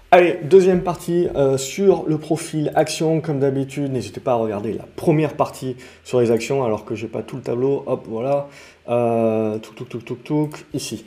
Allez, deuxième partie sur le profil action, comme d'habitude, n'hésitez pas à regarder la première partie sur les actions, alors que j'ai pas tout le tableau, hop, voilà, ici.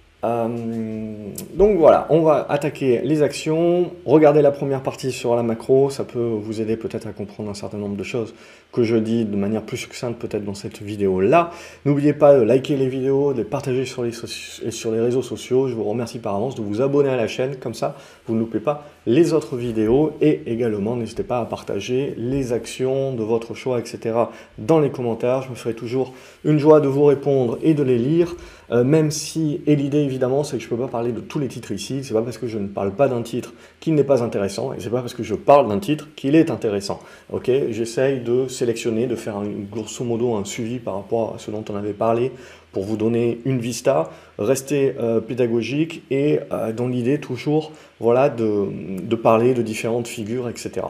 Donc voilà, on va attaquer les actions, regardez la première partie sur la macro, ça peut vous aider peut-être à comprendre un certain nombre de choses que je dis de manière plus succincte peut-être dans cette vidéo-là. N'oubliez pas de liker les vidéos, de les partager sur les réseaux sociaux, je vous remercie par avance de vous abonner à la chaîne, comme ça vous ne loupez pas les autres vidéos, et également n'hésitez pas à partager les actions de votre choix, etc. dans les commentaires, je me ferai toujours une joie de vous répondre et de les lire. Même si, et l'idée évidemment, c'est que je ne peux pas parler de tous les titres ici, c'est pas parce que je ne parle pas d'un titre qu'il n'est pas intéressant, et c'est pas parce que je parle d'un titre qu'il est intéressant. Ok, j'essaye de sélectionner, de faire grosso modo un suivi par rapport à ce dont on avait parlé, pour vous donner une vista, rester pédagogique, et dans l'idée toujours, voilà, de parler de différentes figures, etc.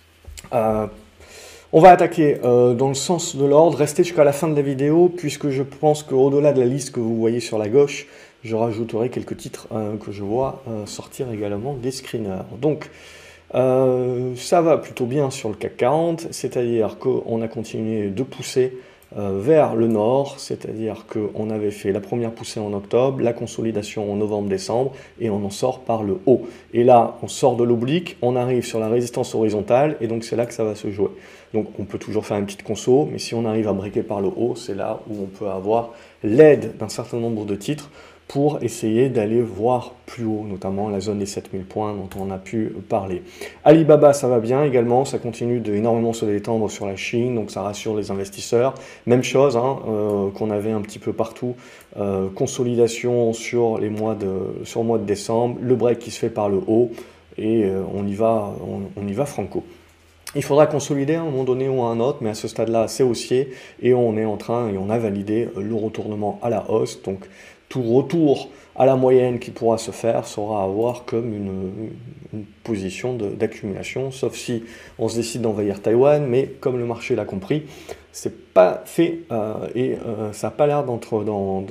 On va attaquer dans le sens de l'ordre, restez jusqu'à la fin de la vidéo, puisque je pense qu'au-delà de la liste que vous voyez sur la gauche, je rajouterai quelques titres que je vois sortir également des screeners. Donc, ça va plutôt bien sur le CAC 40, c'est-à-dire qu'on a continué de pousser vers le nord, c'est-à-dire qu'on avait fait la première poussée en octobre, la consolidation en novembre-décembre, et on en sort par le haut. Et là, on sort de l'oblique, on arrive sur la résistance horizontale, et donc c'est là que ça va se jouer. Donc on peut toujours faire une petite conso, mais si on arrive à breaker par le haut, c'est là où on peut avoir l'aide d'un certain nombre de titres pour essayer d'aller voir plus haut, notamment la zone des 7000 points dont on a pu parler. Alibaba, ça va bien également, ça continue d'énormément se détendre sur la Chine, donc ça rassure les investisseurs. Même chose qu'on avait un petit peu partout, consolidation sur le mois de décembre, le break qui se fait par le haut, et on y va franco. Il faudra consolider à un moment donné ou à un autre, mais à ce stade-là, c'est haussier, et on est en train, et on a validé le retournement à la hausse, donc tout retour à la moyenne qui pourra se faire sera à avoir comme une position d'accumulation, sauf si on se décide d'envahir Taïwan, mais comme le marché l'a compris, c'est pas fait, et ça n'a pas l'air d'entrer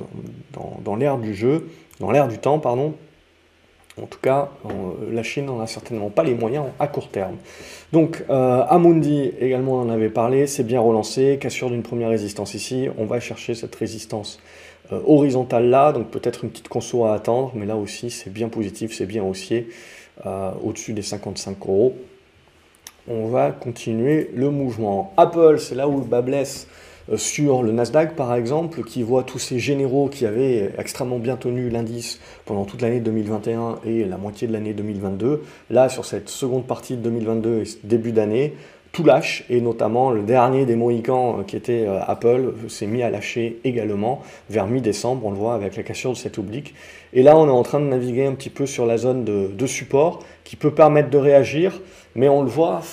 dans l'air du jeu, dans l'air du temps, pardon. En tout cas, la Chine n'en a certainement pas les moyens à court terme. Donc, Amundi, également on en avait parlé, c'est bien relancé, cassure d'une première résistance ici, on va chercher cette résistance horizontale là, donc peut-être une petite conso à attendre, mais là aussi c'est bien positif, c'est bien haussier, au-dessus des 55 €. On va continuer le mouvement. Apple, c'est là où le bas blesse. Sur le Nasdaq par exemple, qui voit tous ces généraux qui avaient extrêmement bien tenu l'indice pendant toute l'année 2021 et la moitié de l'année 2022, là sur cette seconde partie de 2022 et début d'année, tout lâche, et notamment le dernier des Mohicans qui était Apple s'est mis à lâcher également vers mi-décembre, on le voit avec la cassure de cette oblique. Et là on est en train de naviguer un petit peu sur la zone de support qui peut permettre de réagir, mais on le voit,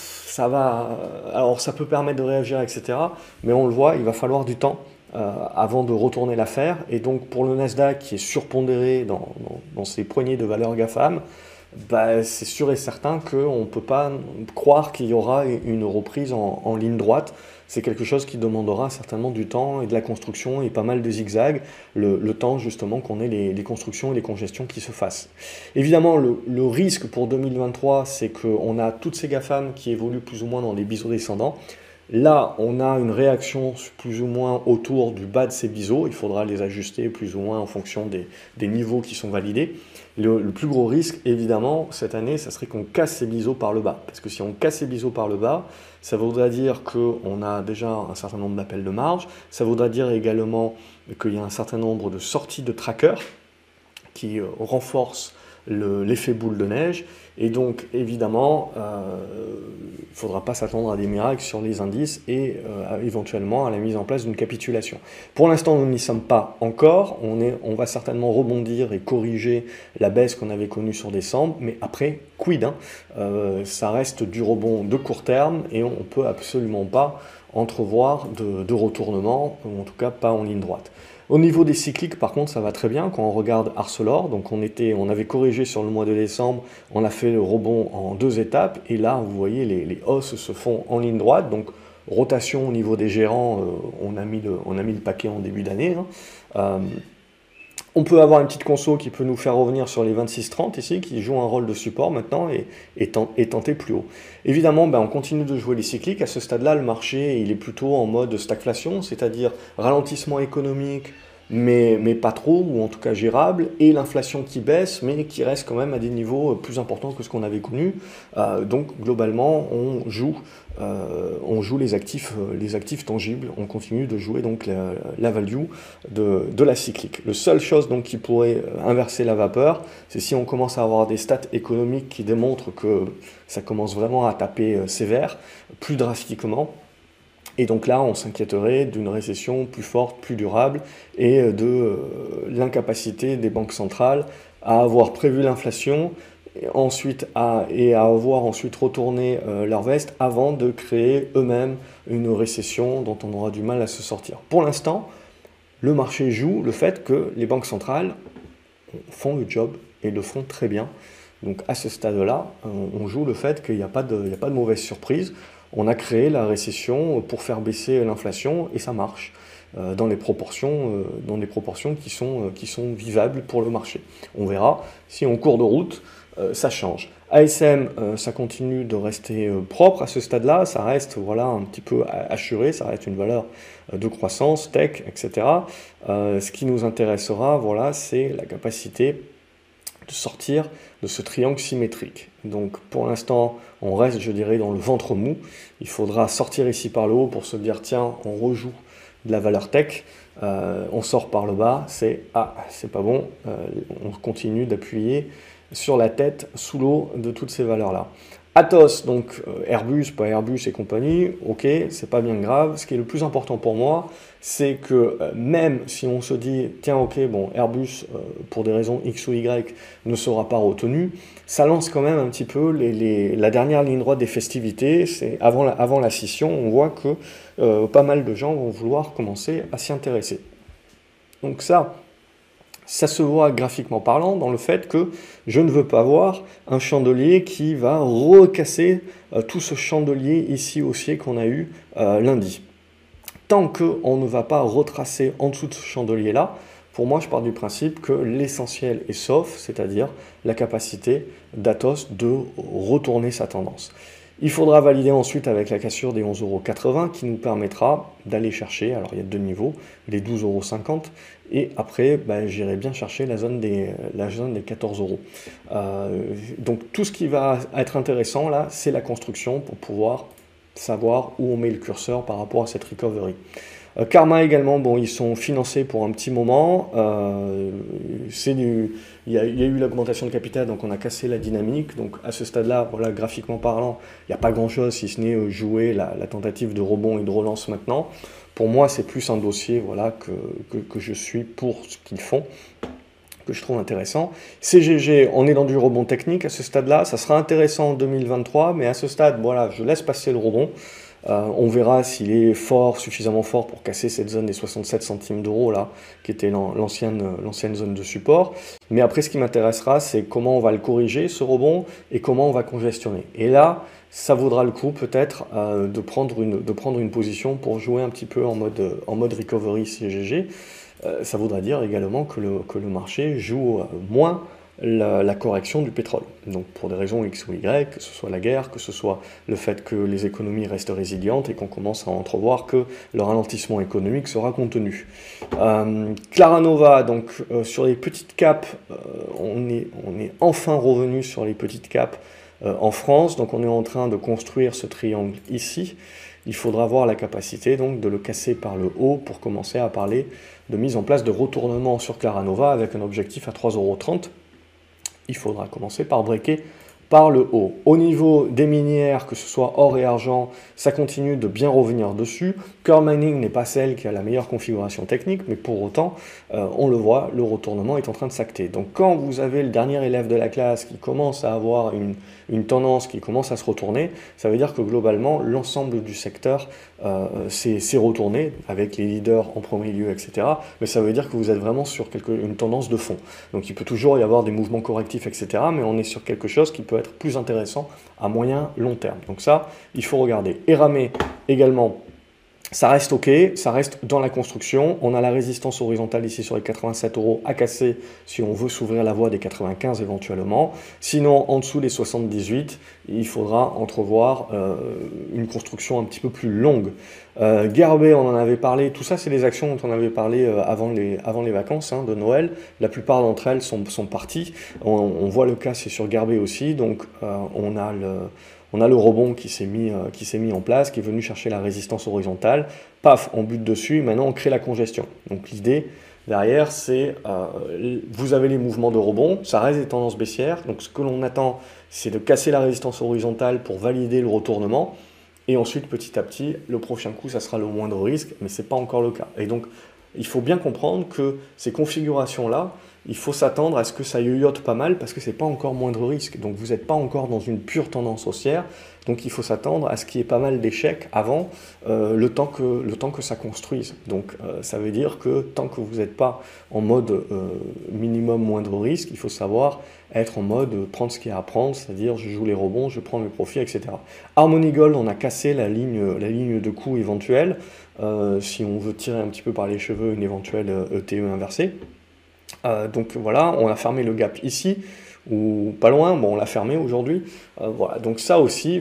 alors ça peut permettre de réagir, etc. Mais on le voit, il va falloir du temps avant de retourner l'affaire. Et donc pour le Nasdaq qui est surpondéré dans ses poignées de valeurs GAFAM, bah, c'est sûr et certain qu'on ne peut pas croire qu'il y aura une reprise en ligne droite. C'est quelque chose qui demandera certainement du temps et de la construction et pas mal de zigzags, le temps justement qu'on ait les constructions et les congestions qui se fassent. Évidemment, le risque pour 2023, c'est qu'on a toutes ces GAFAM qui évoluent plus ou moins dans des biseaux descendants. Là, on a une réaction plus ou moins autour du bas de ces biseaux. Il faudra les ajuster plus ou moins en fonction des niveaux qui sont validés. Le plus gros risque, évidemment, cette année, ça serait qu'on casse ces biseaux par le bas. Parce que si on casse ces biseaux par le bas, ça voudrait dire qu'on a déjà un certain nombre d'appels de marge. Ça voudrait dire également qu'il y a un certain nombre de sorties de trackers qui renforcent l'effet boule de neige, et donc évidemment il ne faudra pas s'attendre à des miracles sur les indices et éventuellement à la mise en place d'une capitulation. Pour l'instant nous n'y sommes pas encore, on va certainement rebondir et corriger la baisse qu'on avait connue sur décembre, mais après quid, ça reste du rebond de court terme et on ne peut absolument pas entrevoir de retournement, ou en tout cas pas en ligne droite. Au niveau des cycliques, par contre, ça va très bien. Quand on regarde Arcelor, donc on avait corrigé sur le mois de décembre, on a fait le rebond en 2 étapes, et là, vous voyez, les hausses se font en ligne droite, donc rotation au niveau des gérants, on a mis le paquet en début d'année. On peut avoir une petite conso qui peut nous faire revenir sur les 26-30 ici, qui joue un rôle de support maintenant et tenter plus haut. Évidemment, ben, on continue de jouer les cycliques. À ce stade-là, le marché il est plutôt en mode stagflation, c'est-à-dire ralentissement économique, mais pas trop, ou en tout cas gérable, et l'inflation qui baisse, mais qui reste quand même à des niveaux plus importants que ce qu'on avait connu. Donc globalement, on joue les actifs tangibles, on continue de jouer donc la value de la cyclique. Le seule chose donc qui pourrait inverser la vapeur, c'est si on commence à avoir des stats économiques qui démontrent que ça commence vraiment à taper sévère, plus drastiquement. Et donc là, on s'inquiéterait d'une récession plus forte, plus durable, et de l'incapacité des banques centrales à avoir prévu l'inflation, et à avoir ensuite retourné leur veste avant de créer eux-mêmes une récession dont on aura du mal à se sortir. Pour l'instant, le marché joue le fait que les banques centrales font le job et le font très bien. Donc à ce stade-là, on joue le fait qu'il n'y a pas de mauvaise surprise. On a créé la récession pour faire baisser l'inflation et ça marche dans les proportions qui sont vivables pour le marché. On verra si en cours de route ça change. ASM, ça continue de rester propre à ce stade-là, ça reste voilà, un petit peu assuré, ça reste une valeur de croissance, tech, etc. Ce qui nous intéressera, voilà, c'est la capacité de sortir de ce triangle symétrique. Donc pour l'instant, on reste, je dirais, dans le ventre mou. Il faudra sortir ici par le haut pour se dire, tiens, on rejoue de la valeur tech, on sort par le bas, c'est pas bon, on continue d'appuyer sur la tête sous l'eau de toutes ces valeurs-là. Atos, donc Airbus, pas Airbus et compagnie, ok, c'est pas bien grave. Ce qui est le plus important pour moi, c'est que même si on se dit, tiens, ok, bon, Airbus, pour des raisons X ou Y, ne sera pas retenu, ça lance quand même un petit peu la dernière ligne droite des festivités. C'est avant la scission, on voit que pas mal de gens vont vouloir commencer à s'y intéresser. Donc ça se voit graphiquement parlant dans le fait que je ne veux pas voir un chandelier qui va recasser tout ce chandelier ici haussier qu'on a eu lundi. Tant qu'on ne va pas retracer en dessous de ce chandelier-là, pour moi je pars du principe que l'essentiel est sauf, c'est-à-dire la capacité d'Atos de retourner sa tendance. Il faudra valider ensuite avec la cassure des 11,80 € qui nous permettra d'aller chercher, alors il y a deux niveaux, les 12,50 € et après j'irai bien chercher la zone des 14 €. Donc tout ce qui va être intéressant là, c'est la construction pour pouvoir savoir où on met le curseur par rapport à cette recovery. Karma également, bon, ils sont financés pour un petit moment. Il y a eu l'augmentation de capital, donc on a cassé la dynamique. Donc à ce stade-là, voilà, graphiquement parlant, il n'y a pas grand-chose si ce n'est jouer la tentative de rebond et de relance maintenant. Pour moi, c'est plus un dossier voilà, que je suis pour ce qu'ils font, que je trouve intéressant. CGG, on est dans du rebond technique à ce stade-là. Ça sera intéressant en 2023, mais à ce stade, voilà, je laisse passer le rebond. On verra s'il est suffisamment fort pour casser cette zone des 67 centimes d'euros là, qui était l'ancienne zone de support. Mais après, ce qui m'intéressera, c'est comment on va le corriger, ce rebond, et comment on va congestionner. Et là, ça vaudra le coup peut-être de prendre une position pour jouer un petit peu en mode recovery CGG. Ça voudra dire également que le marché joue moins la correction du pétrole. Donc pour des raisons X ou Y, que ce soit la guerre, que ce soit le fait que les économies restent résilientes et qu'on commence à entrevoir que le ralentissement économique sera contenu. Claranova, donc sur les petites caps, on est enfin revenu sur les petites caps en France, donc on est en train de construire ce triangle ici. Il faudra avoir la capacité donc de le casser par le haut pour commencer à parler de mise en place de retournement sur Claranova avec un objectif à 3,30 €. Il faudra commencer par breaker par le haut. Au niveau des minières, que ce soit or et argent, ça continue de bien revenir dessus. Core Mining n'est pas celle qui a la meilleure configuration technique, mais pour autant, on le voit, le retournement est en train de s'acter. Donc quand vous avez le dernier élève de la classe qui commence à avoir une tendance qui commence à se retourner, ça veut dire que globalement, l'ensemble du secteur s'est retourné, avec les leaders en premier lieu, etc. Mais ça veut dire que vous êtes vraiment sur une tendance de fond. Donc il peut toujours y avoir des mouvements correctifs, etc. Mais on est sur quelque chose qui peut être plus intéressant à moyen long terme. Donc ça, il faut regarder. Eramé également, Ça reste OK, ça reste dans la construction. On a la résistance horizontale ici sur les 87 € à casser si on veut s'ouvrir la voie des 95 éventuellement. Sinon, en dessous des 78, il faudra entrevoir une construction un petit peu plus longue. Garbet, on en avait parlé. Tout ça, c'est des actions dont on avait parlé avant les vacances de Noël. La plupart d'entre elles sont parties. On voit le cas, c'est sur Garbet aussi. Donc, on a le rebond qui s'est mis en place, qui est venu chercher la résistance horizontale. Paf, on bute dessus, maintenant on crée la congestion. Donc l'idée derrière, c'est, vous avez les mouvements de rebond, ça reste des tendances baissières. Donc ce que l'on attend, c'est de casser la résistance horizontale pour valider le retournement. Et ensuite, petit à petit, le prochain coup, ça sera le moindre risque, mais ce n'est pas encore le cas. Et donc, il faut bien comprendre que ces configurations-là, il faut s'attendre à ce que ça yoyote pas mal parce que ce n'est pas encore moindre risque. Donc vous n'êtes pas encore dans une pure tendance haussière. Donc il faut s'attendre à ce qu'il y ait pas mal d'échecs avant le temps que ça construise. Donc ça veut dire que tant que vous n'êtes pas en mode minimum moindre risque, il faut savoir être en mode prendre ce qu'il y a à prendre, c'est-à-dire je joue les rebonds, je prends mes profits, etc. Harmony Gold, on a cassé la ligne de coût éventuelle. Si on veut tirer un petit peu par les cheveux une éventuelle ETE inversée. Donc voilà, on a fermé le gap ici, ou pas loin, bon on l'a fermé aujourd'hui. Voilà, donc ça aussi,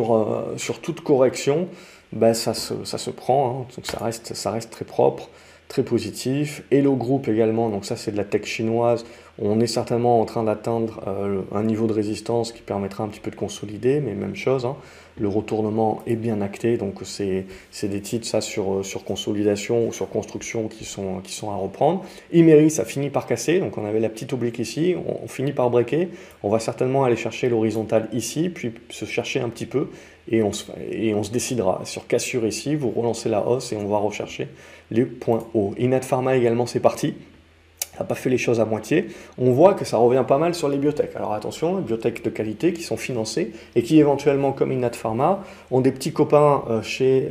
sur toute correction, ben, ça se prend, donc ça reste très propre, très positif. Hello Group également, donc ça c'est de la tech chinoise. On est certainement en train d'atteindre un niveau de résistance qui permettra un petit peu de consolider, mais même chose, le retournement est bien acté, donc c'est des titres ça sur consolidation ou sur construction qui sont à reprendre. Imeris, ça finit par casser, donc on avait la petite oblique ici, on finit par breaker, on va certainement aller chercher l'horizontale ici, puis se chercher un petit peu, et on se décidera. Sur cassure ici, vous relancez la hausse et on va rechercher les points hauts. Inat Pharma également, c'est parti. Ça n'a pas fait les choses à moitié. On voit que ça revient pas mal sur les biotech. Alors attention, les biotech de qualité qui sont financées et qui éventuellement, comme Inat Pharma, ont des petits copains chez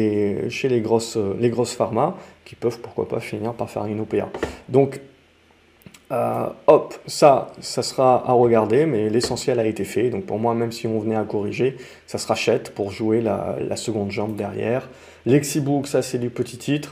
les grosses pharma qui peuvent pourquoi pas finir par faire une OPA. Donc hop, ça sera à regarder, mais l'essentiel a été fait. Donc pour moi, même si on venait à corriger, ça se rachète pour jouer la seconde jambe derrière. Lexibook, ça c'est du petit titre.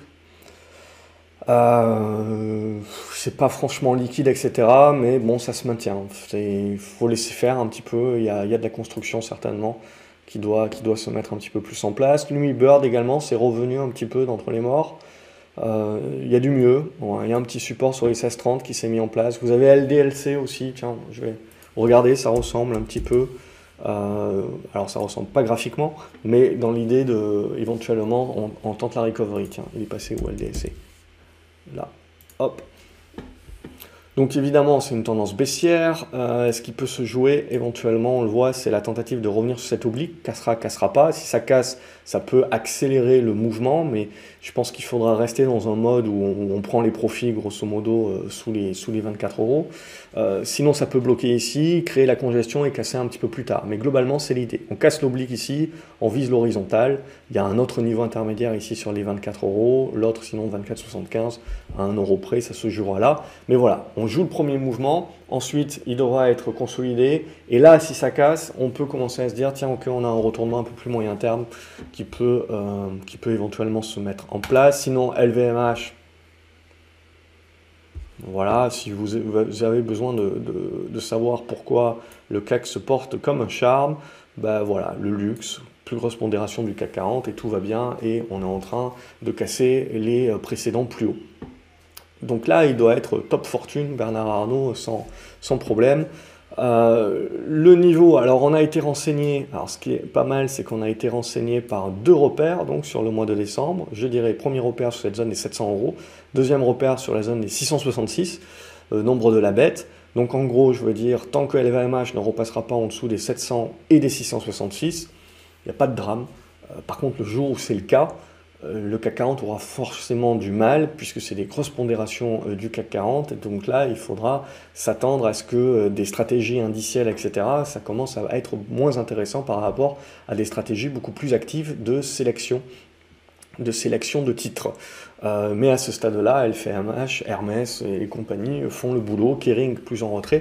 C'est pas franchement liquide, etc. Mais bon, ça se maintient. Il faut laisser faire un petit peu. Il y a de la construction certainement qui doit se mettre un petit peu plus en place. Lumibird également, c'est revenu un petit peu d'entre les morts. Il y a du mieux. Bon, il y a un petit support sur les 16-30 qui s'est mis en place. Vous avez LDLC aussi. Tiens, je vais regarder, ça ressemble un petit peu. Alors ça ressemble pas graphiquement, mais dans l'idée de éventuellement on tente la recovery. Tiens, il est passé où LDLC? Là, hop. Donc évidemment, c'est une tendance baissière. Ce qui peut se jouer, éventuellement, on le voit, c'est la tentative de revenir sur cette oblique. Cassera, cassera pas. Si ça casse, ça peut accélérer le mouvement, mais je pense qu'il faudra rester dans un mode où on prend les profits, grosso modo, sous les 24 €. Sinon, ça peut bloquer ici, créer la congestion et casser un petit peu plus tard. Mais globalement, c'est l'idée. On casse l'oblique ici, on vise l'horizontale. Il y a un autre niveau intermédiaire ici sur les 24 €. L'autre, sinon, 24,75 à 1 € près, ça se jouera là. Mais voilà, on joue le premier mouvement. Ensuite, il devra être consolidé. Et là, si ça casse, on peut commencer à se dire, tiens, ok, on a un retournement un peu plus moyen terme qui peut éventuellement se mettre en place. Sinon, LVMH, voilà, si vous avez besoin de savoir pourquoi le CAC se porte comme un charme, ben voilà, le luxe, plus grosse pondération du CAC 40 et tout va bien et on est en train de casser les précédents plus hauts. Donc là, il doit être top fortune, Bernard Arnault, sans problème. Le niveau, alors on a été renseigné, alors ce qui est pas mal, c'est qu'on a été renseigné par deux repères, donc sur le mois de décembre. Je dirais premier repère sur cette zone des 700 €, deuxième repère sur la zone des 666, nombre de la bête. Donc en gros, je veux dire, tant que LVMH ne repassera pas en dessous des 700 et des 666, il n'y a pas de drame. Par contre, le jour où c'est le cas, le CAC 40 aura forcément du mal puisque c'est des grosses pondérations du CAC 40 et donc là il faudra s'attendre à ce que des stratégies indicielles etc. ça commence à être moins intéressant par rapport à des stratégies beaucoup plus actives de sélection de titres. Mais à ce stade-là, LVMH, Hermès et compagnie font le boulot, Kering plus en retrait,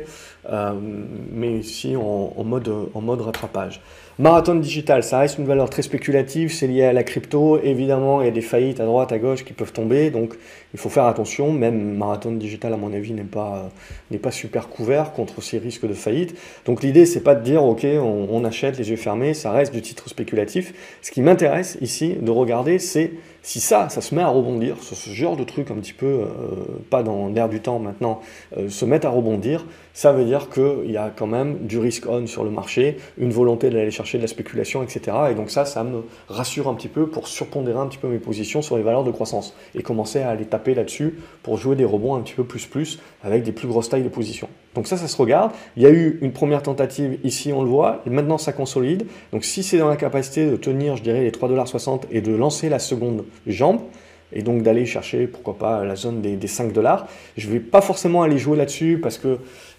mais ici en mode rattrapage. Marathon Digital, ça reste une valeur très spéculative, c'est lié à la crypto, évidemment il y a des faillites à droite, à gauche qui peuvent tomber, donc il faut faire attention, même Marathon Digital à mon avis n'est pas super couvert contre ces risques de faillite. Donc l'idée c'est pas de dire ok on achète les yeux fermés, ça reste du titre spéculatif. Ce qui m'intéresse ici de regarder c'est si ça se met à rebondir, ce genre de truc un petit peu, pas dans l'air du temps maintenant, se met à rebondir, ça veut dire qu'il y a quand même du risk on sur le marché, une volonté d'aller chercher de la spéculation, etc. Et donc ça me rassure un petit peu pour surpondérer un petit peu mes positions sur les valeurs de croissance et commencer à aller taper là-dessus pour jouer des rebonds un petit peu plus avec des plus grosses tailles de position. Donc ça se regarde. Il y a eu une première tentative ici, on le voit. Maintenant, ça consolide. Donc si c'est dans la capacité de tenir, je dirais, les 3,60 $, et de lancer la seconde jambe, et donc d'aller chercher, pourquoi pas, la zone des 5 $. Je ne vais pas forcément aller jouer là-dessus parce que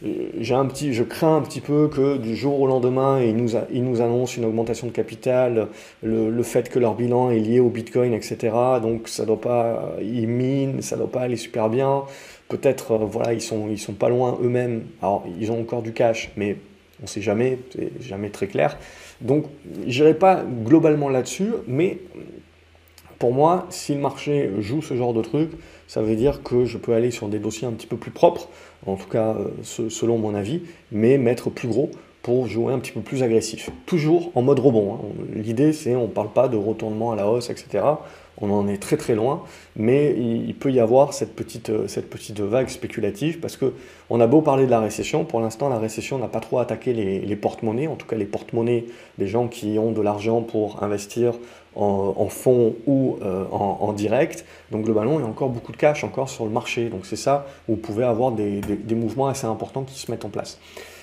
je crains un petit peu que du jour au lendemain, ils nous annoncent une augmentation de capital, le fait que leur bilan est lié au Bitcoin, etc. Donc ça doit pas, ils minent, ça doit pas aller super bien. Peut-être, voilà, ils sont pas loin eux-mêmes. Alors, ils ont encore du cash, mais on ne sait jamais, c'est jamais très clair. Donc, je n'irai pas globalement là-dessus, mais pour moi, si le marché joue ce genre de truc, ça veut dire que je peux aller sur des dossiers un petit peu plus propres, en tout cas selon mon avis, mais mettre plus gros pour jouer un petit peu plus agressif. Toujours en mode rebond. Hein. L'idée, c'est on ne parle pas de retournement à la hausse, etc. On en est très très loin, mais il peut y avoir cette petite vague spéculative parce que on a beau parler de la récession, pour l'instant la récession n'a pas trop attaqué les porte-monnaies, en tout cas les porte-monnaies des gens qui ont de l'argent pour investir en fonds ou en direct. Donc globalement, il y a encore beaucoup de cash encore sur le marché. Donc c'est ça où vous pouvez avoir des mouvements assez importants qui se mettent en place.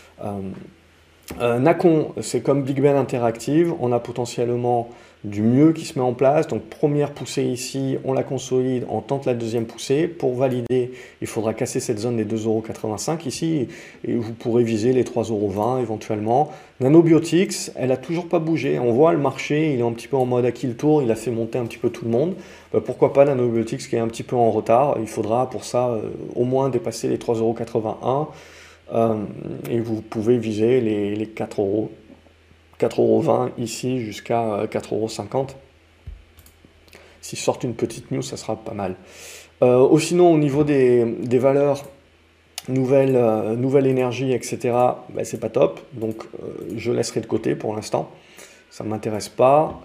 Nacon, c'est comme Big Ben Interactive, on a potentiellement du mieux qui se met en place. Donc première poussée ici, on la consolide, on tente la deuxième poussée. Pour valider, il faudra casser cette zone des 2,85 € ici, et vous pourrez viser les 3,20 € éventuellement. Nanobiotics, elle n'a toujours pas bougé. On voit le marché, il est un petit peu en mode acquis le tour, il a fait monter un petit peu tout le monde. Pourquoi pas Nanobiotics qui est un petit peu en retard. Il faudra pour ça au moins dépasser les 3,81 €. Et vous pouvez viser les 4 €, 4,20 € ici jusqu'à 4,50 €. S'ils sortent une petite news, ça sera pas mal. Sinon, au niveau des valeurs, nouvelle énergie, etc., c'est pas top. Donc, je laisserai de côté pour l'instant. Ça ne m'intéresse pas.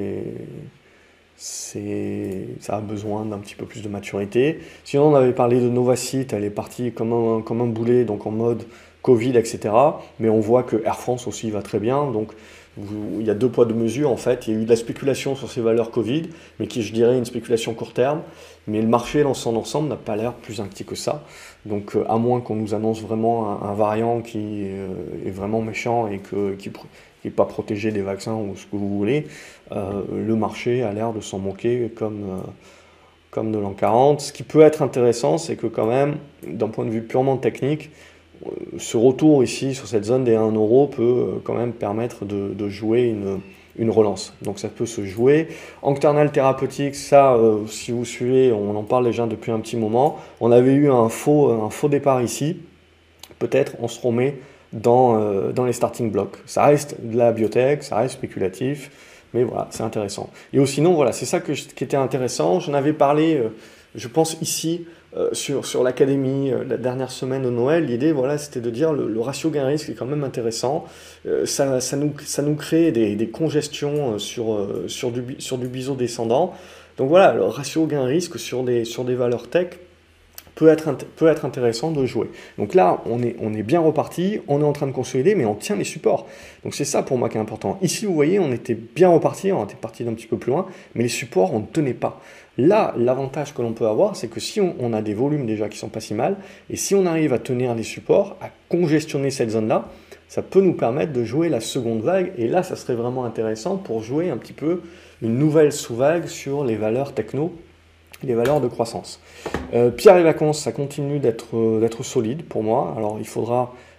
Ça a besoin d'un petit peu plus de maturité. Sinon, on avait parlé de Novacite, elle est partie comme un boulet, donc en mode Covid, etc. Mais on voit que Air France aussi va très bien. Donc, il y a deux poids, deux mesures en fait. Il y a eu de la spéculation sur ces valeurs Covid, mais qui, je dirais, une spéculation court terme. Mais le marché dans son ensemble n'a pas l'air plus inquiet que ça. Donc, à moins qu'on nous annonce vraiment un variant qui est vraiment méchant et qui n'est pas protégé des vaccins ou ce que vous voulez, le marché a l'air de s'en moquer comme de l'an 40. Ce qui peut être intéressant, c'est que quand même, d'un point de vue purement technique, ce retour ici sur cette zone des 1 € peut quand même permettre de jouer une relance. Donc ça peut se jouer. Ancternal thérapeutique, ça, si vous suivez, on en parle déjà depuis un petit moment. On avait eu un faux départ ici. Peut-être on se remet dans les starting blocks. Ça reste de la biotech, ça reste spéculatif, mais voilà, c'est intéressant. Et sinon, voilà, c'est ça qui était intéressant. J'en avais parlé, je pense, ici, sur l'académie, la dernière semaine de Noël. L'idée, voilà, c'était de dire le ratio gain-risque est quand même intéressant. Ça nous crée des congestions sur du biseau descendant. Donc voilà, le ratio gain-risque sur des valeurs tech peut être intéressant de jouer. Donc là, on est bien reparti, on est en train de consolider, mais on tient les supports. Donc c'est ça pour moi qui est important. Ici, vous voyez, on était bien reparti, on était parti d'un petit peu plus loin, mais les supports, on ne tenait pas. Là, l'avantage que l'on peut avoir, c'est que si on a des volumes déjà qui sont pas si mal, et si on arrive à tenir les supports, à congestionner cette zone-là, ça peut nous permettre de jouer la seconde vague, et là, ça serait vraiment intéressant pour jouer un petit peu une nouvelle sous-vague sur les valeurs techno, les valeurs de croissance. Pierre et Vacances, ça continue d'être solide pour moi. Alors il faudra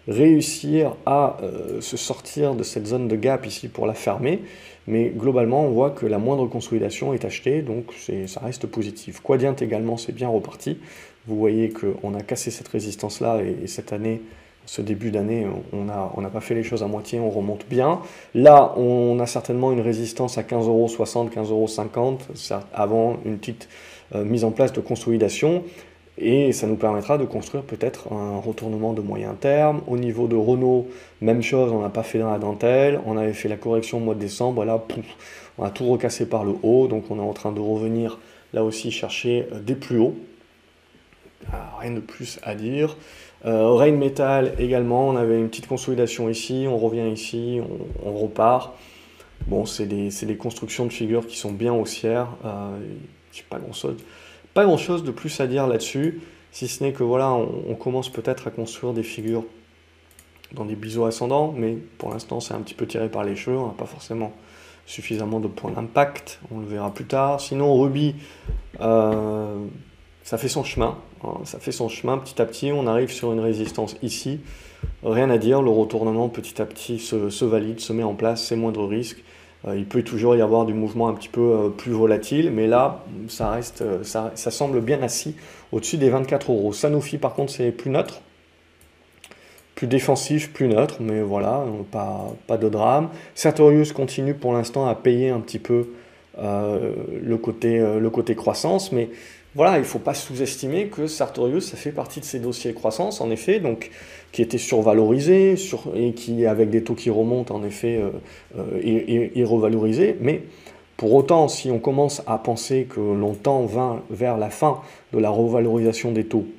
réussir à se sortir de cette zone de gap ici pour la fermer. Mais globalement, on voit que la moindre consolidation est achetée, donc ça reste positif. Quadient également, c'est bien reparti. Vous voyez qu'on a cassé cette résistance-là et cette année, ce début d'année, on n'a pas fait les choses à moitié, on remonte bien. Là, on a certainement une résistance à 15,60 €, 15,50 € avant une petite mise en place de consolidation. Et ça nous permettra de construire peut-être un retournement de moyen terme. Au niveau de Renault, même chose, on n'a pas fait dans la dentelle. On avait fait la correction au mois de décembre. Là, pouf, on a tout recassé par le haut. Donc on est en train de revenir là aussi chercher des plus hauts. Rien de plus à dire. Rheinmetall également, on avait une petite consolidation ici. On revient ici, on repart. Bon, c'est des constructions de figures qui sont bien haussières. C'est pas grand-chose de plus à dire là-dessus, si ce n'est que voilà, on commence peut-être à construire des figures dans des biseaux ascendants, mais pour l'instant c'est un petit peu tiré par les cheveux, on n'a pas forcément suffisamment de points d'impact, on le verra plus tard. Sinon Ruby, ça fait son chemin, hein, ça fait son chemin petit à petit, on arrive sur une résistance ici, rien à dire, le retournement petit à petit se valide, se met en place, c'est moindre risque. Il peut toujours y avoir du mouvement un petit peu plus volatile, mais là, ça semble bien assis au-dessus des 24 €. Sanofi, par contre, c'est plus neutre, plus défensif, plus neutre, mais voilà, pas de drame. Sartorius continue pour l'instant à payer un petit peu le côté croissance, mais voilà, il ne faut pas sous-estimer que Sartorius, ça fait partie de ces dossiers croissance, en effet, donc qui étaient survalorisés et qui, avec des taux qui remontent, en effet, est revalorisé. Mais pour autant, si on commence à penser que l'on tend vers la fin de la revalorisation des taux,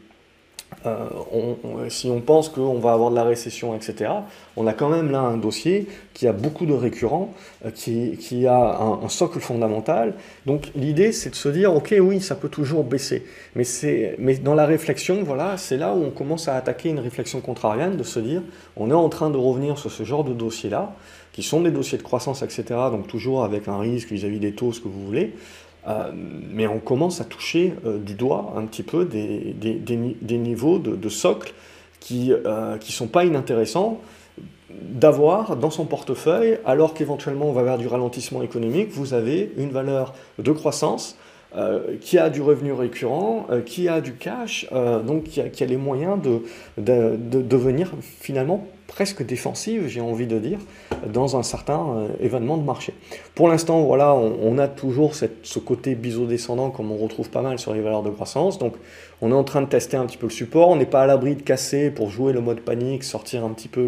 si on pense qu'on va avoir de la récession, etc., on a quand même là un dossier qui a beaucoup de récurrents, qui a un socle fondamental. Donc l'idée, c'est de se dire, ok, oui, ça peut toujours baisser. Mais dans la réflexion, voilà, c'est là où on commence à attaquer une réflexion contrarienne, de se dire, on est en train de revenir sur ce genre de dossiers-là, qui sont des dossiers de croissance, etc., donc toujours avec un risque vis-à-vis des taux, ce que vous voulez. Mais on commence à toucher du doigt un petit peu des niveaux de socle qui sont pas inintéressants d'avoir dans son portefeuille, alors qu'éventuellement on va vers du ralentissement économique. Vous avez une valeur de croissance qui a du revenu récurrent, qui a du cash, donc qui a les moyens de devenir finalement presque défensive, j'ai envie de dire, dans un certain événement de marché. Pour l'instant, voilà, on a toujours ce côté biseau descendant comme on retrouve pas mal sur les valeurs de croissance. Donc on est en train de tester un petit peu le support, on n'est pas à l'abri de casser pour jouer le mode panique, sortir un petit peu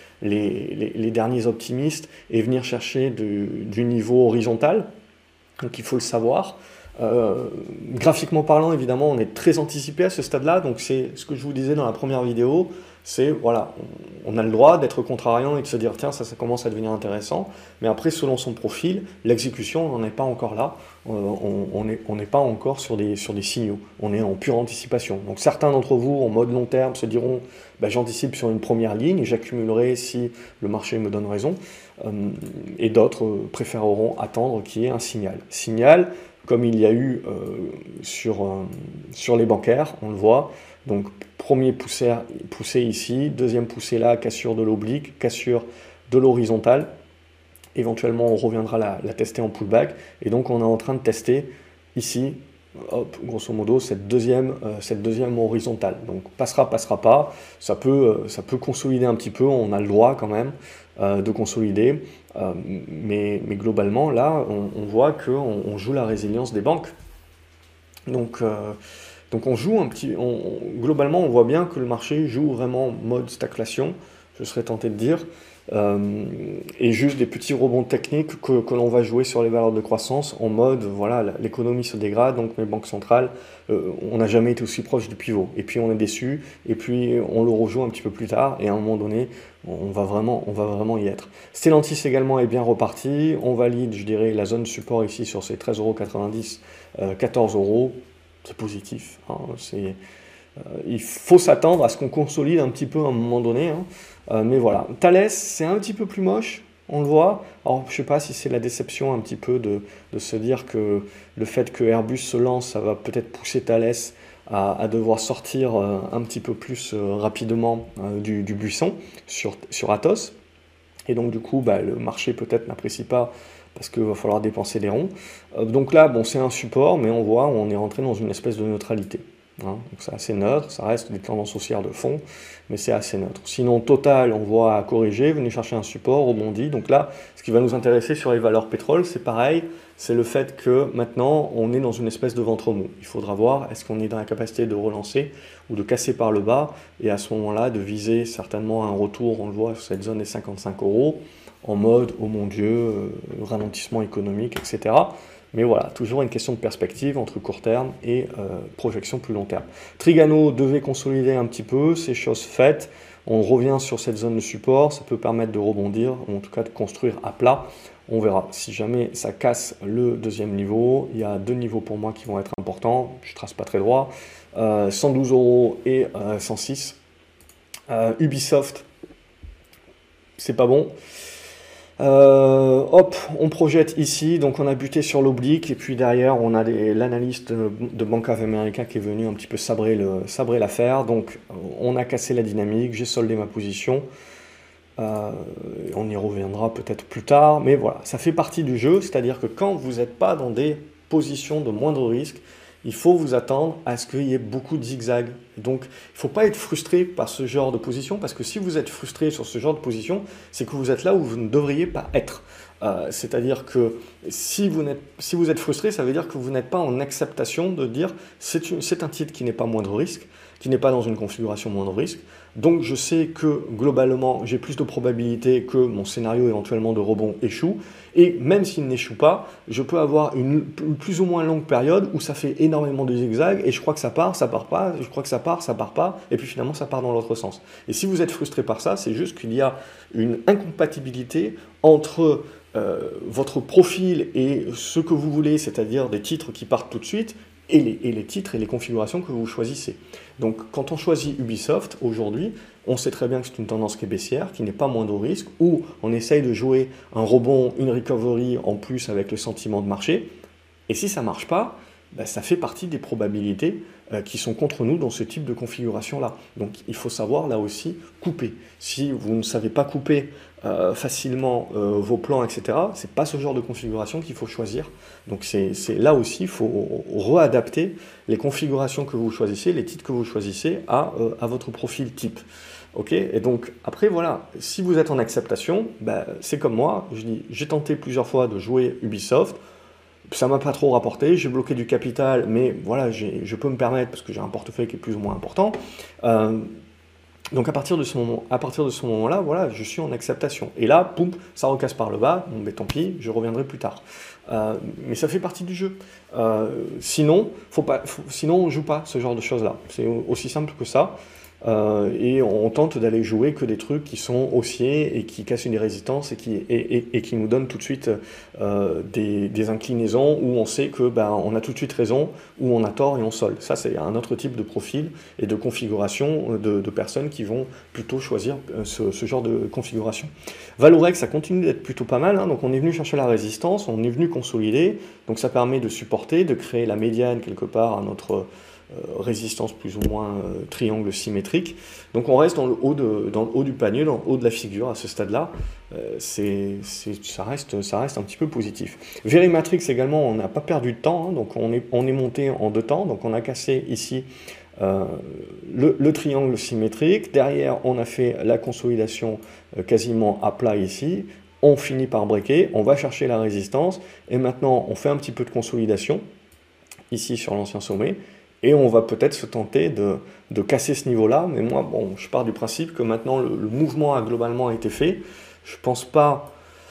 les derniers optimistes et venir chercher du niveau horizontal. Donc il faut le savoir. Graphiquement parlant, évidemment, on est très anticipé à ce stade-là, donc c'est ce que je vous disais dans la première vidéo, c'est, voilà, on a le droit d'être contrariant et de se dire, tiens, ça commence à devenir intéressant, mais après, selon son profil, l'exécution, on n'en est pas encore là, on n'est pas encore sur des signaux, on est en pure anticipation. Donc certains d'entre vous, en mode long terme, se diront, bah, j'anticipe sur une première ligne, j'accumulerai si le marché me donne raison, et d'autres préféreront attendre qu'il y ait un signal. Signal, comme il y a eu sur les bancaires, on le voit. Donc premier poussé ici, deuxième poussé là, cassure de l'oblique, cassure de l'horizontale. Éventuellement, on reviendra la tester en pullback. Et donc on est en train de tester ici, hop, grosso modo, cette deuxième horizontale. Donc passera pas. Ça peut consolider un petit peu, on a le droit quand même de consolider. Mais globalement, là, on voit qu'on joue la résilience des banques. Donc on joue globalement, on voit bien que le marché joue vraiment mode stagflation, je serais tenté de dire, et juste des petits rebonds techniques que l'on va jouer sur les valeurs de croissance en mode, voilà, l'économie se dégrade, donc les banques centrales, on n'a jamais été aussi proche du pivot, et puis on est déçu, et puis on le rejoue un petit peu plus tard, et à un moment donné, on va vraiment y être. Stellantis également est bien reparti, on valide, je dirais, la zone support ici sur ces 13,90 €, 14 €, c'est positif, hein, il faut s'attendre à ce qu'on consolide un petit peu à un moment donné, hein. Mais voilà. Thales, c'est un petit peu plus moche, on le voit. Alors, je ne sais pas si c'est la déception un petit peu de se dire que le fait que Airbus se lance, ça va peut-être pousser Thales à devoir sortir un petit peu plus rapidement du buisson sur Athos. Et donc du coup, bah, le marché peut-être n'apprécie pas parce qu'il va falloir dépenser des ronds. Donc là, bon, c'est un support, mais on voit, on est rentré dans une espèce de neutralité. Hein. Donc c'est assez neutre, ça reste des tendances haussières de fond, mais c'est assez neutre. Sinon, Total, on voit corriger, venez chercher un support, rebondit. Donc là, ce qui va nous intéresser sur les valeurs pétrole, c'est pareil, c'est le fait que maintenant, on est dans une espèce de ventre mou. Il faudra voir, est-ce qu'on est dans la capacité de relancer ou de casser par le bas, et à ce moment-là, de viser certainement un retour, on le voit, sur cette zone des 55 euros, en mode, oh mon Dieu, ralentissement économique, etc. Mais voilà, toujours une question de perspective entre court terme et projection plus long terme. Trigano devait consolider un petit peu, c'est chose faite. On revient sur cette zone de support, ça peut permettre de rebondir, ou en tout cas de construire à plat. On verra. Si jamais ça casse le deuxième niveau, il y a deux niveaux pour moi qui vont être importants. Je trace pas très droit. 112 euros et 106. Ubisoft, c'est pas bon. Hop, on projette ici, donc on a buté sur l'oblique, et puis derrière on a l'analyste de Bank of America qui est venu un petit peu sabrer l'affaire, donc on a cassé la dynamique, j'ai soldé ma position, on y reviendra peut-être plus tard, mais voilà, ça fait partie du jeu, c'est-à-dire que quand vous n'êtes pas dans des positions de moindre risque, il faut vous attendre à ce qu'il y ait beaucoup de zigzags. Donc, il ne faut pas être frustré par ce genre de position, parce que si vous êtes frustré sur ce genre de position, c'est que vous êtes là où vous ne devriez pas être. C'est-à-dire que si vous êtes frustré, ça veut dire que vous n'êtes pas en acceptation de dire c'est un titre qui n'est pas moindre risque, qui n'est pas dans une configuration moindre risque. Donc je sais que globalement j'ai plus de probabilité que mon scénario éventuellement de rebond échoue. Et même s'il n'échoue pas, je peux avoir une plus ou moins longue période où ça fait énormément de zigzags et je crois que ça part pas, je crois que ça part pas, et puis finalement ça part dans l'autre sens. Et si vous êtes frustré par ça, c'est juste qu'il y a une incompatibilité entre votre profil et ce que vous voulez, c'est-à-dire des titres qui partent tout de suite, et les titres et les configurations que vous choisissez. Donc quand on choisit Ubisoft, aujourd'hui, on sait très bien que c'est une tendance qui est baissière, qui n'est pas moindre risque, où on essaye de jouer un rebond, une recovery en plus avec le sentiment de marché, et si ça ne marche pas, ben, ça fait partie des probabilités qui sont contre nous dans ce type de configuration-là. Donc il faut savoir là aussi couper. Si vous ne savez pas couper facilement vos plans, etc., c'est pas ce genre de configuration qu'il faut choisir. Donc c'est là aussi, il faut réadapter les configurations que vous choisissez, les titres que vous choisissez à votre profil type. Ok, et donc après voilà, si vous êtes en acceptation, ben, c'est comme moi, je dis, j'ai tenté plusieurs fois de jouer Ubisoft, ça m'a pas trop rapporté, j'ai bloqué du capital, mais voilà, je peux me permettre parce que j'ai un portefeuille qui est plus ou moins important. Donc à partir de ce moment-là, voilà, je suis en acceptation. Et là, poum, ça recasse par le bas, bon ben tant pis, je reviendrai plus tard. Mais ça fait partie du jeu. Sinon, sinon on joue pas ce genre de choses-là. C'est aussi simple que ça. Et on tente d'aller jouer que des trucs qui sont haussiers et qui cassent des résistances et qui nous donnent tout de suite des inclinaisons où on sait que ben, on a tout de suite raison, où on a tort et on solde. Ça, c'est un autre type de profil et de configuration de personnes qui vont plutôt choisir ce genre de configuration. Valorex, ça continue d'être plutôt pas mal, hein, donc on est venu chercher la résistance, on est venu consolider, donc ça permet de supporter, de créer la médiane quelque part à notre résistance plus ou moins triangle symétrique. Donc on reste dans le haut du panier, dans le haut de la figure à ce stade-là. Ça reste un petit peu positif. Verimatrix également, on n'a pas perdu de temps, hein, donc on est monté en deux temps, donc on a cassé ici le triangle symétrique. Derrière, on a fait la consolidation quasiment à plat ici. On finit par breaker, on va chercher la résistance, et maintenant on fait un petit peu de consolidation ici sur l'ancien sommet. Et on va peut-être se tenter de casser ce niveau-là, mais moi, bon, je pars du principe que maintenant le mouvement a globalement été fait. Je pense pas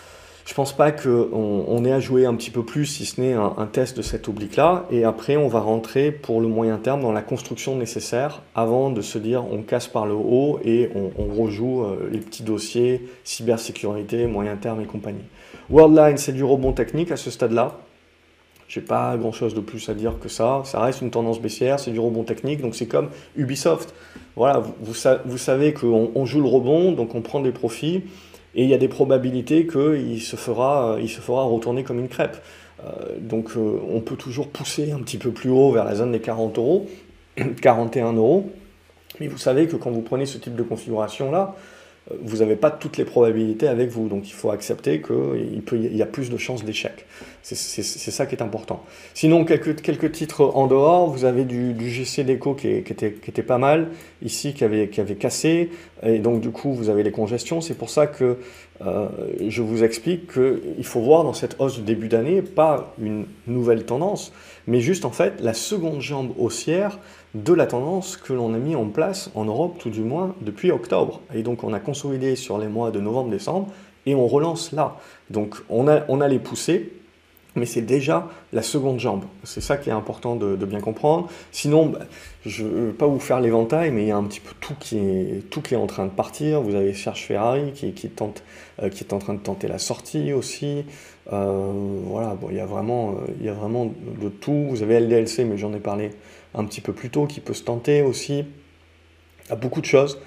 qu'on ait à jouer un petit peu plus, si ce n'est un test de cette oblique-là, et après on va rentrer pour le moyen terme dans la construction nécessaire avant de se dire on casse par le haut et on rejoue les petits dossiers, cybersécurité, moyen terme et compagnie. Worldline, c'est du rebond technique à ce stade-là. J'ai pas grand chose de plus à dire que ça. Ça reste une tendance baissière, c'est du rebond technique, donc c'est comme Ubisoft. Voilà, vous savez qu'on joue le rebond, donc on prend des profits, et il y a des probabilités qu'il se fera retourner comme une crêpe. Donc on peut toujours pousser un petit peu plus haut vers la zone des 40 euros. 41 €. Mais vous savez que quand vous prenez ce type de configuration-là, vous n'avez pas toutes les probabilités avec vous, donc il faut accepter qu'il y a plus de chances d'échec. C'est ça qui est important. Sinon, quelques titres en dehors, vous avez du GC Deco qui était pas mal, ici qui avait cassé, et donc du coup vous avez les congestions. C'est pour ça que je vous explique qu'il faut voir dans cette hausse de début d'année, pas une nouvelle tendance, mais juste en fait la seconde jambe haussière de la tendance que l'on a mis en place en Europe, tout du moins depuis octobre. Et donc on a consolidé sur les mois de novembre-décembre et on relance là. Donc on a les poussées, mais c'est déjà la seconde jambe. C'est ça qui est important de bien comprendre. Sinon, je ne veux pas vous faire l'éventail, mais il y a un petit peu tout qui est en train de partir. Vous avez Serge Ferrari qui est en train de tenter la sortie aussi. Voilà, bon, il y a vraiment de tout. Vous avez LDLC, mais j'en ai parlé un petit peu plus tôt, qui peut se tenter aussi. Il y a beaucoup de choses,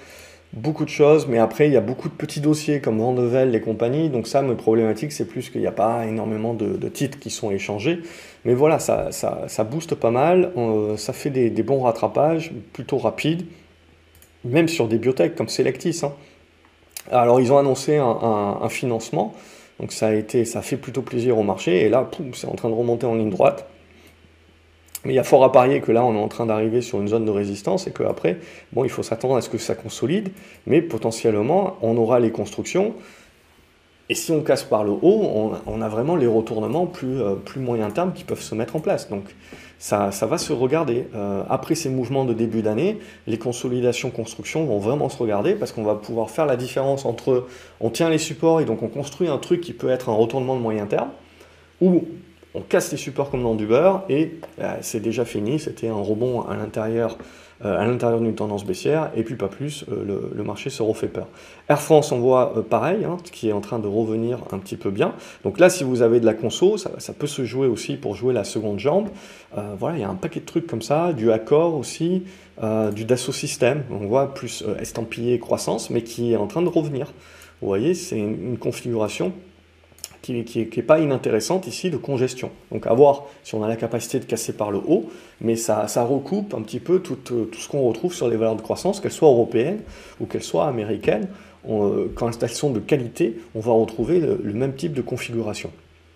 mais après il y a beaucoup de petits dossiers comme Vandevel, les compagnies, donc ça, mes problématiques, c'est plus qu'il n'y a pas énormément de titres qui sont échangés, mais voilà, ça booste pas mal, ça fait des bons rattrapages, plutôt rapides, même sur des biotech comme Selectis, hein. Alors ils ont annoncé un financement, donc ça fait plutôt plaisir au marché, et là, poum, c'est en train de remonter en ligne droite. Mais il y a fort à parier que là, on est en train d'arriver sur une zone de résistance et qu'après, bon, il faut s'attendre à ce que ça consolide, mais potentiellement, on aura les constructions. Et si on casse par le haut, on a vraiment les retournements plus moyen terme qui peuvent se mettre en place. Donc ça va se regarder. Après ces mouvements de début d'année, les consolidations constructions vont vraiment se regarder parce qu'on va pouvoir faire la différence entre on tient les supports et donc on construit un truc qui peut être un retournement de moyen terme, ou on casse les supports comme dans du beurre et c'est déjà fini, c'était un rebond à l'intérieur d'une tendance baissière et puis pas plus, le marché se refait peur. Air France, on voit pareil, hein, qui est en train de revenir un petit peu bien. Donc là, si vous avez de la conso, ça peut se jouer aussi pour jouer la seconde jambe. Voilà, il y a un paquet de trucs comme ça, du Accor aussi, du Dassault Systèmes, on voit plus estampillé croissance, mais qui est en train de revenir. Vous voyez, c'est une configuration qui est pas inintéressante ici de congestion. Donc à voir si on a la capacité de casser par le haut, mais ça recoupe un petit peu tout ce qu'on retrouve sur les valeurs de croissance, qu'elles soient européennes ou qu'elles soient américaines. Quand elles sont de qualité, on va retrouver le même type de configuration.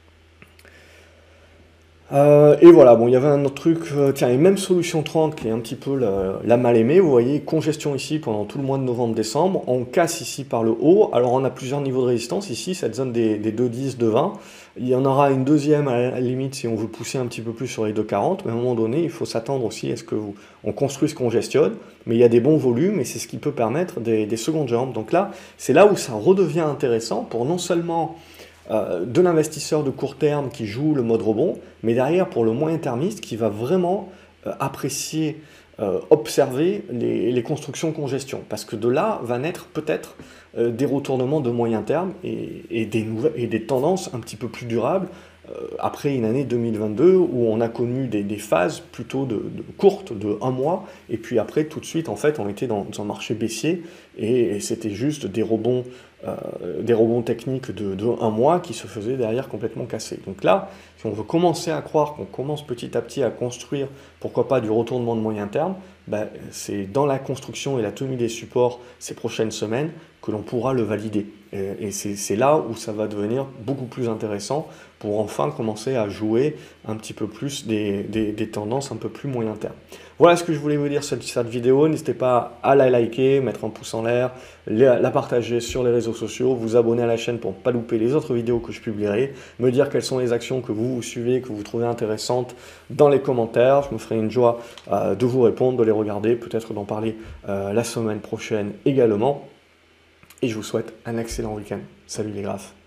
Et voilà, bon, il y avait un autre truc, tiens, et même Solution 30 qui est un petit peu la mal aimée, vous voyez, congestion ici pendant tout le mois de novembre-décembre, on casse ici par le haut, alors on a plusieurs niveaux de résistance ici, cette zone des 2,10, 2,20, il y en aura une deuxième à la limite si on veut pousser un petit peu plus sur les 2,40, mais à un moment donné, il faut s'attendre aussi à ce qu'on construise, congestionne, mais il y a des bons volumes et c'est ce qui peut permettre des secondes jambes. Donc là, c'est là où ça redevient intéressant pour non seulement de l'investisseur de court terme qui joue le mode rebond, mais derrière pour le moyen termiste qui va vraiment apprécier, observer les constructions congestion. Parce que de là va naître peut-être des retournements de moyen terme et des tendances un petit peu plus durables après une année 2022 où on a connu des phases plutôt courtes de 1 mois et puis après tout de suite en fait on était dans un marché baissier et c'était juste des rebonds techniques de 1 mois qui se faisaient derrière complètement cassés. Donc là, si on veut commencer à croire qu'on commence petit à petit à construire, pourquoi pas du retournement de moyen terme, ben, c'est dans la construction et la tenue des supports ces prochaines semaines que l'on pourra le valider. Et c'est là où ça va devenir beaucoup plus intéressant pour enfin commencer à jouer un petit peu plus des tendances un peu plus moyen terme. Voilà ce que je voulais vous dire sur cette vidéo. N'hésitez pas à la liker, mettre un pouce en l'air, la partager sur les réseaux sociaux, vous abonner à la chaîne pour ne pas louper les autres vidéos que je publierai, me dire quelles sont les actions que vous suivez, que vous trouvez intéressantes dans les commentaires. Je me ferai une joie de vous répondre, de les regarder, peut-être d'en parler la semaine prochaine également. Et je vous souhaite un excellent week-end. Salut les graphes.